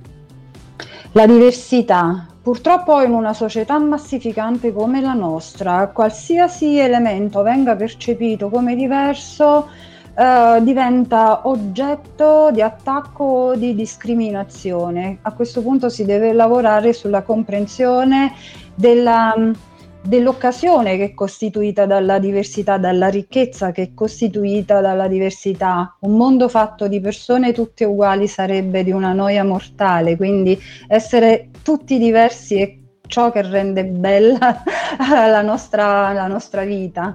La diversità. Purtroppo in una società massificante come la nostra, qualsiasi elemento venga percepito come diverso eh, diventa oggetto di attacco o di discriminazione. A questo punto si deve lavorare sulla comprensione della, dell'occasione che è costituita dalla diversità, dalla ricchezza che è costituita dalla diversità. Un mondo fatto di persone tutte uguali sarebbe di una noia mortale, quindi essere tutti diversi è ciò che rende bella la nostra, la nostra vita.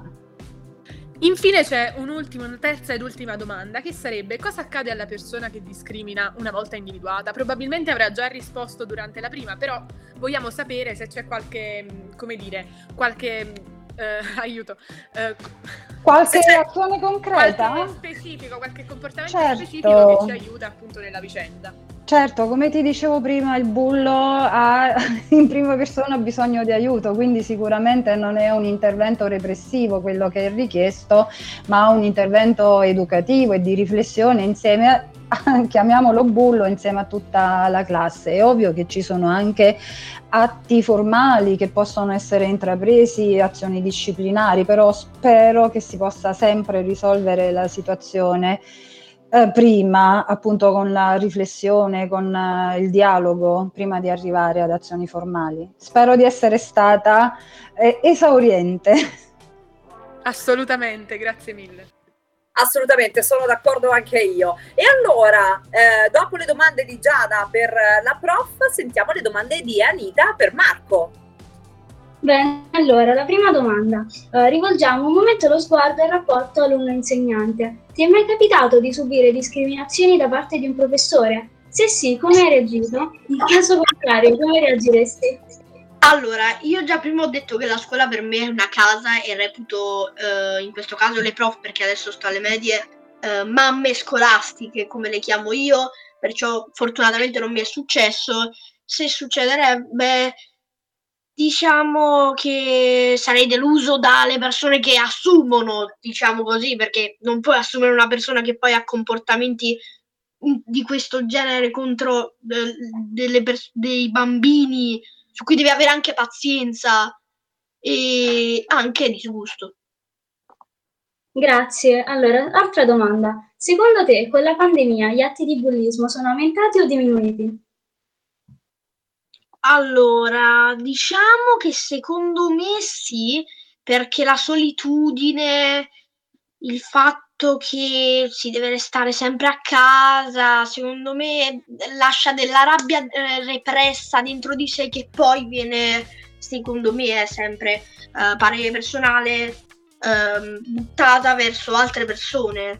Infine c'è un'ultima, una terza ed ultima domanda, che sarebbe: cosa accade alla persona che discrimina una volta individuata? Probabilmente avrà già risposto durante la prima, però vogliamo sapere se c'è qualche, come dire, qualche eh, aiuto. Eh, qualche azione concreta? Qualche specifico, qualche comportamento certo. specifico che ci aiuta appunto nella vicenda. Certo, come ti dicevo prima, il bullo ha in prima persona bisogno di aiuto, quindi sicuramente non è un intervento repressivo quello che è richiesto, ma un intervento educativo e di riflessione insieme a, chiamiamolo bullo, insieme a tutta la classe. È ovvio che ci sono anche atti formali che possono essere intrapresi, azioni disciplinari, però spero che si possa sempre risolvere la situazione Eh, prima, appunto, con la riflessione, con eh, il dialogo, prima di arrivare ad azioni formali. Spero di essere stata eh, esauriente. Assolutamente, grazie mille. Assolutamente, sono d'accordo anche io. E allora, eh, dopo le domande di Giada per la prof, sentiamo le domande di Anita per Marco. Bene, allora, la prima domanda. Eh, rivolgiamo un momento lo sguardo al rapporto alunno-insegnante. Ti è mai capitato di subire discriminazioni da parte di un professore? Se sì, come hai reagito? In caso contrario, come reagiresti? Allora, io già prima ho detto che la scuola per me è una casa e reputo, eh, in questo caso le prof, perché adesso sto alle medie, eh, mamme scolastiche, come le chiamo io, perciò fortunatamente non mi è successo. Se succederebbe, diciamo che sarei deluso dalle persone che assumono, diciamo così, perché non puoi assumere una persona che poi ha comportamenti di questo genere contro de- delle pers- dei bambini, su cui devi avere anche pazienza e anche disgusto. Grazie. Allora, altra domanda. Secondo te, con la pandemia, gli atti di bullismo sono aumentati o diminuiti? Allora, diciamo che secondo me sì, perché la solitudine, il fatto che si deve restare sempre a casa, secondo me lascia della rabbia eh, repressa dentro di sé che poi viene, secondo me è sempre eh, parere personale, ehm, buttata verso altre persone.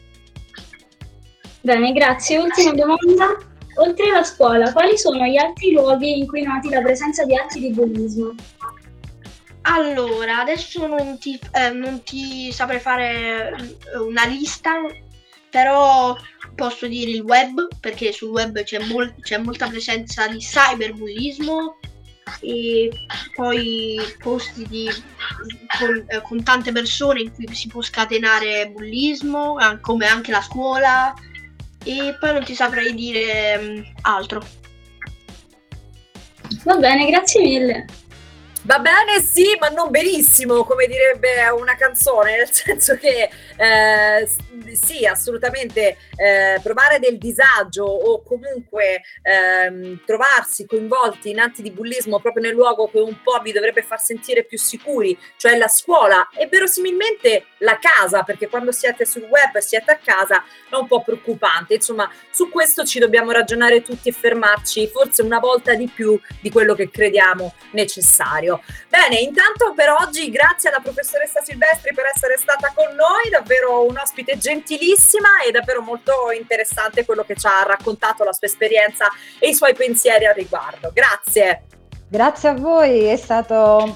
Bene, grazie. Ultima domanda. Oltre alla scuola, quali sono gli altri luoghi in cui noti la presenza di atti di bullismo? Allora, adesso non ti, eh, non ti saprei fare una lista, però posso dire il web, perché sul web c'è, mol- c'è molta presenza di cyberbullismo, e poi posti di, con, eh, con tante persone in cui si può scatenare bullismo, eh, come anche la scuola, e poi non ti saprei dire um, altro. Va bene, grazie mille. Va bene, sì, ma non benissimo, come direbbe una canzone, nel senso che eh, sì, assolutamente eh, provare del disagio o comunque ehm, trovarsi coinvolti in atti di bullismo proprio nel luogo che un po' vi dovrebbe far sentire più sicuri, cioè la scuola e verosimilmente la casa, perché quando siete sul web siete a casa, è un po' preoccupante. Insomma, su questo ci dobbiamo ragionare tutti e fermarci forse una volta di più di quello che crediamo necessario. Bene, intanto per oggi grazie alla professoressa Silvestri per essere stata con noi, davvero un ospite gentilissima e davvero molto interessante quello che ci ha raccontato, la sua esperienza e i suoi pensieri al riguardo. Grazie. Grazie a voi, è stato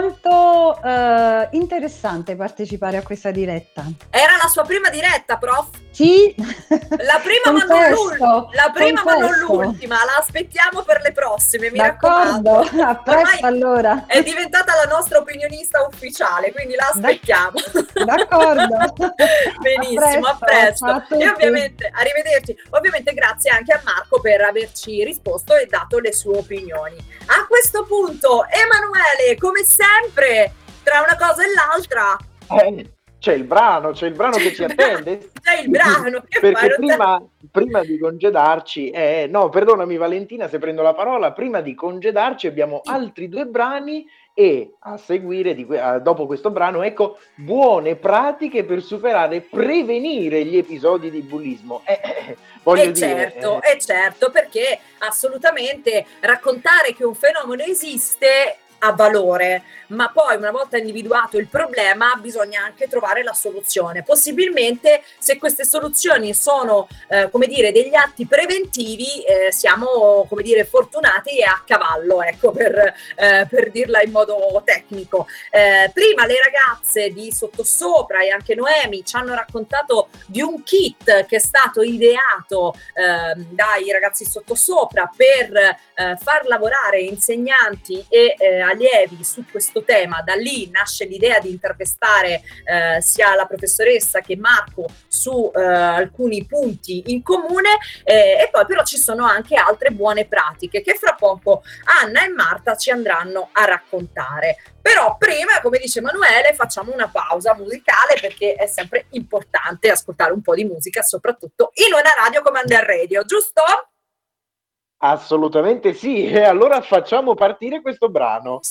molto eh, interessante partecipare a questa diretta. Era la sua prima diretta, prof? Sì. La prima, ma non, l'ultima, la prima ma non l'ultima, la aspettiamo per le prossime, mi D'accordo, raccomando. a presto allora. È diventata la nostra opinionista ufficiale, quindi la aspettiamo. D'accordo. Benissimo, a presto. A presto. E ovviamente, arrivederci. Ovviamente grazie anche a Marco per averci risposto e dato le sue opinioni. A questo punto, Emanuele, come sempre, tra una cosa e l'altra... Eh. C'è il brano, c'è il brano che ci attende. C'è il brano. Che Perché fai? prima, prima di congedarci, eh, no, perdonami Valentina se prendo la parola, prima di congedarci abbiamo altri due brani e a seguire, di, dopo questo brano, ecco, buone pratiche per superare e prevenire gli episodi di bullismo. Eh, eh, voglio e dire, certo, eh. e certo, perché assolutamente raccontare che un fenomeno esiste ha valore, ma poi una volta individuato il problema bisogna anche trovare la soluzione. Possibilmente se queste soluzioni sono eh, come dire degli atti preventivi eh, siamo come dire fortunati e a cavallo, ecco, per, eh, per dirla in modo tecnico. Eh, prima le ragazze di Sottosopra e anche Noemi ci hanno raccontato di un kit che è stato ideato eh, dai ragazzi Sottosopra per eh, far lavorare insegnanti e eh, allievi su questo tema. Da lì nasce l'idea di intervistare eh, sia la professoressa che Marco su eh, alcuni punti in comune eh, e poi però ci sono anche altre buone pratiche che fra poco Anna e Marta ci andranno a raccontare. Però prima, come dice Emanuele, facciamo una pausa musicale perché è sempre importante ascoltare un po' di musica, soprattutto in una radio come Under Radio, giusto? Assolutamente sì, e allora facciamo partire questo brano.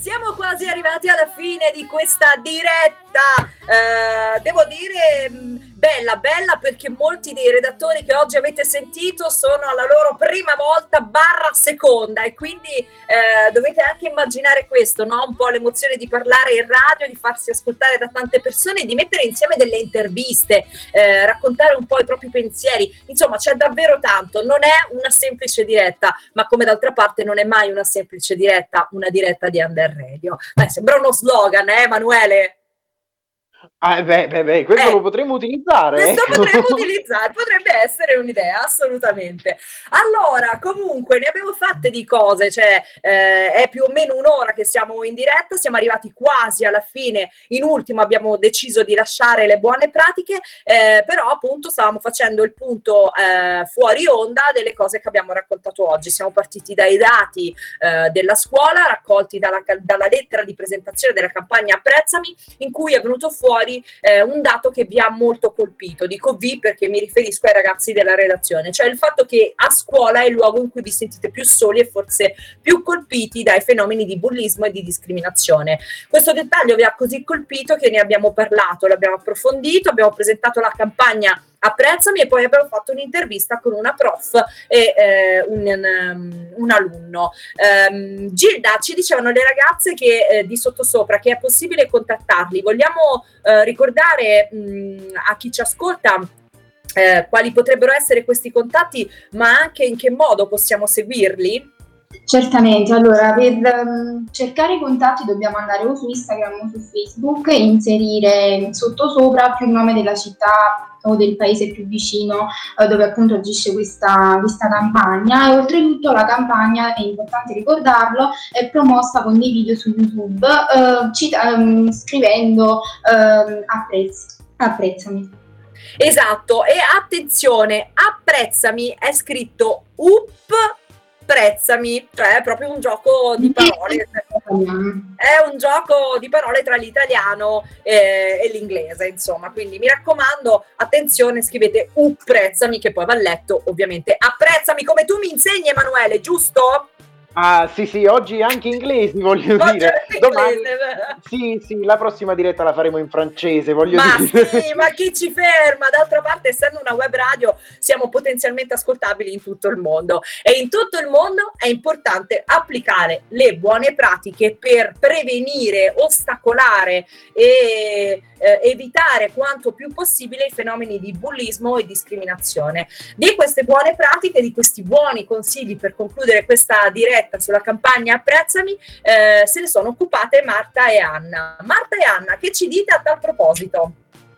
Arrivati alla fine di questa diretta, eh, devo dire bella, bella, perché molti dei redattori che oggi avete sentito sono alla loro prima volta barra seconda, e quindi eh, dovete anche immaginare questo, no? Un po' l'emozione di parlare in radio, di farsi ascoltare da tante persone, di mettere insieme delle interviste, eh, raccontare un po' i propri pensieri. Insomma, c'è davvero tanto. Non è una semplice diretta, ma come d'altra parte non è mai una semplice diretta, una diretta di Under Radio. Beh, sembra uno slogan, eh, Emanuele? Ah, beh, beh, beh, questo Eh, lo potremmo utilizzare. Questo ecco. potremmo utilizzare, potrebbe essere un'idea, assolutamente. Allora, comunque, ne abbiamo fatte di cose, cioè eh, è più o meno un'ora che siamo in diretta, siamo arrivati quasi alla fine. In ultimo abbiamo deciso di lasciare le buone pratiche, eh, però appunto stavamo facendo il punto eh, fuori onda delle cose che abbiamo raccontato oggi. Siamo partiti dai dati eh, della scuola, raccolti dalla, dalla lettera di presentazione della campagna Apprezzami, in cui è venuto fuori eh, un dato che vi ha molto colpito. Dico vi perché mi riferisco ai ragazzi della redazione, cioè il fatto che a scuola è il luogo in cui vi sentite più soli e forse più colpiti dai fenomeni di bullismo e di discriminazione. Questo dettaglio vi ha così colpito che ne abbiamo parlato, l'abbiamo approfondito, abbiamo presentato la campagna Apprezzami e poi abbiamo fatto un'intervista con una prof e eh, un, um, un alunno. Um, Gilda, ci dicevano le ragazze che, eh, di Sottosopra che è possibile contattarli. Vogliamo eh, ricordare mh, a chi ci ascolta eh, quali potrebbero essere questi contatti, ma anche in che modo possiamo seguirli? Certamente, allora per um, cercare i contatti dobbiamo andare o su Instagram o su Facebook e inserire sottosopra più il nome della città o del paese più vicino eh, dove appunto agisce questa, questa campagna, e oltretutto la campagna, è importante ricordarlo, è promossa con dei video su YouTube eh, cita- um, scrivendo um, apprezz- apprezzami. Esatto, e attenzione, Apprezzami è scritto up Apprezzami, cioè è proprio un gioco di parole, è un gioco di parole tra l'italiano eh, e l'inglese, insomma, quindi mi raccomando, attenzione, scrivete Apprezzami, che poi va letto ovviamente Apprezzami, come tu mi insegni, Emanuele, giusto? Ah, sì, sì, oggi anche inglesi, voglio Oggi dire. anche Domani, inglese. sì, sì, la prossima diretta la faremo in francese, voglio Ma dire. sì, ma chi ci ferma? D'altra parte, essendo una web radio, siamo potenzialmente ascoltabili in tutto il mondo, e in tutto il mondo è importante applicare le buone pratiche per prevenire, ostacolare e eh, evitare quanto più possibile i fenomeni di bullismo e discriminazione. Di queste buone pratiche, di questi buoni consigli per concludere questa diretta sulla campagna Apprezzami, eh, se ne sono occupate Marta e Anna. Marta e Anna, che ci dite a tal proposito?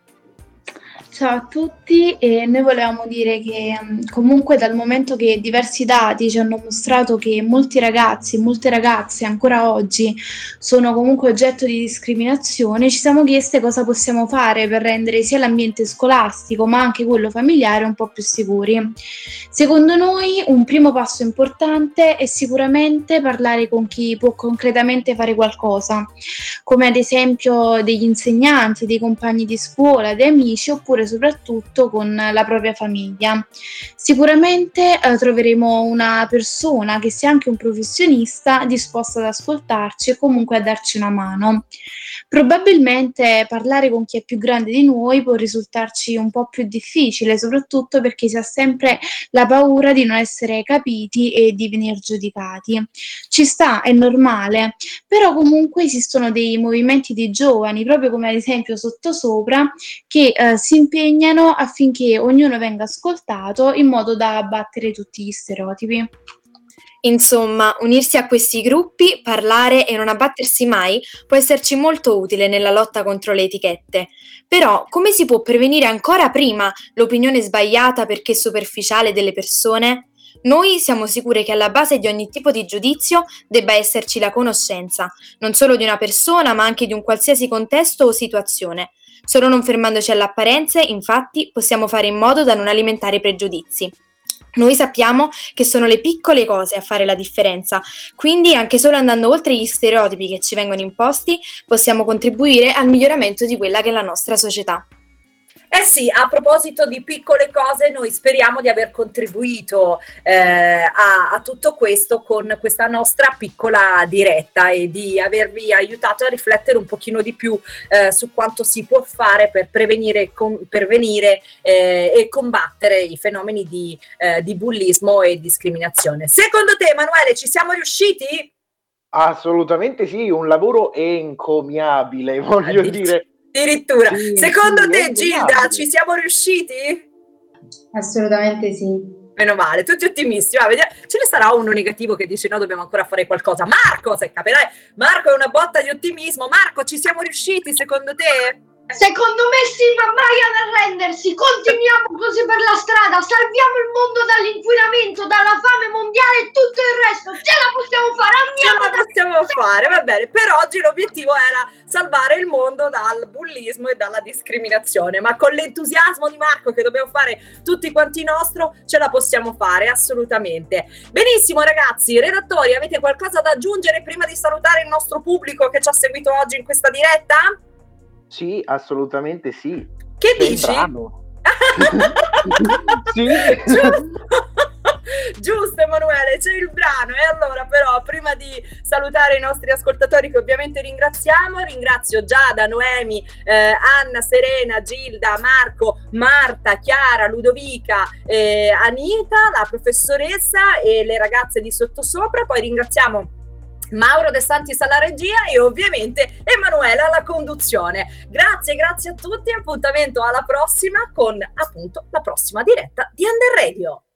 Ciao a tutti, e noi volevamo dire che mh, comunque dal momento che diversi dati ci hanno mostrato che molti ragazzi e molte ragazze ancora oggi sono comunque oggetto di discriminazione, ci siamo chieste cosa possiamo fare per rendere sia l'ambiente scolastico ma anche quello familiare un po' più sicuri. Secondo noi un primo passo importante è sicuramente parlare con chi può concretamente fare qualcosa, come ad esempio degli insegnanti, dei compagni di scuola, dei amici, oppure soprattutto con la propria famiglia. Sicuramente eh, troveremo una persona che sia anche un professionista disposta ad ascoltarci e comunque a darci una mano. Probabilmente parlare con chi è più grande di noi può risultarci un po' più difficile, soprattutto perché si ha sempre la paura di non essere capiti e di venire giudicati. Ci sta, è normale, però comunque esistono dei movimenti di giovani, proprio come ad esempio Sottosopra, che eh, si impegnano affinché ognuno venga ascoltato in modo da abbattere tutti gli stereotipi. Insomma, unirsi a questi gruppi, parlare e non abbattersi mai può esserci molto utile nella lotta contro le etichette. Però, come si può prevenire ancora prima l'opinione sbagliata perché superficiale delle persone? Noi siamo sicure che alla base di ogni tipo di giudizio debba esserci la conoscenza, non solo di una persona, ma anche di un qualsiasi contesto o situazione. Solo non fermandoci alle apparenze, infatti, possiamo fare in modo da non alimentare pregiudizi. Noi sappiamo che sono le piccole cose a fare la differenza, quindi anche solo andando oltre gli stereotipi che ci vengono imposti, possiamo contribuire al miglioramento di quella che è la nostra società. Eh sì, a proposito di piccole cose, noi speriamo di aver contribuito eh, a, a tutto questo con questa nostra piccola diretta e di avervi aiutato a riflettere un pochino di più eh, su quanto si può fare per prevenire, con, prevenire eh, e combattere i fenomeni di, eh, di bullismo e discriminazione. Secondo te, Emanuele, ci siamo riusciti? Assolutamente sì, un lavoro encomiabile, voglio Addirittura. dire. Addirittura. Sì, Secondo sì, te, Gilda, encomiabile. ci siamo riusciti? Assolutamente sì. Meno male, tutti ottimisti. Va, vediamo. Ce ne sarà uno negativo che dice no, dobbiamo ancora fare qualcosa. Marco, se capirai, Marco è una botta di ottimismo. Marco, ci siamo riusciti secondo te? Secondo me sì, ma mai ad arrendersi. Continuiamo così per la strada, salviamo il mondo dall'inquinamento, dalla fame mondiale e tutto il resto. Ce la possiamo fare, andiamo. Ce la possiamo fare, va bene. Per oggi l'obiettivo era salvare il mondo dal bullismo e dalla discriminazione, ma con l'entusiasmo di Marco, che dobbiamo fare tutti quanti nostro, ce la possiamo fare assolutamente. Benissimo ragazzi, redattori, avete qualcosa da aggiungere prima di salutare il nostro pubblico che ci ha seguito oggi in questa diretta? Sì, assolutamente sì. Che C'è il dici? brano. Sì. Giusto. Giusto Emanuele, c'è il brano. E allora però prima di salutare i nostri ascoltatori, che ovviamente ringraziamo, ringrazio Giada, Noemi, eh, Anna, Serena, Gilda, Marco, Marta, Chiara, Ludovica, eh, Anita, la professoressa e le ragazze di Sottosopra. Poi ringraziamo Mauro De Santis alla regia e ovviamente Emanuele alla conduzione. Grazie, grazie a tutti, appuntamento alla prossima con appunto la prossima diretta di Under Radio.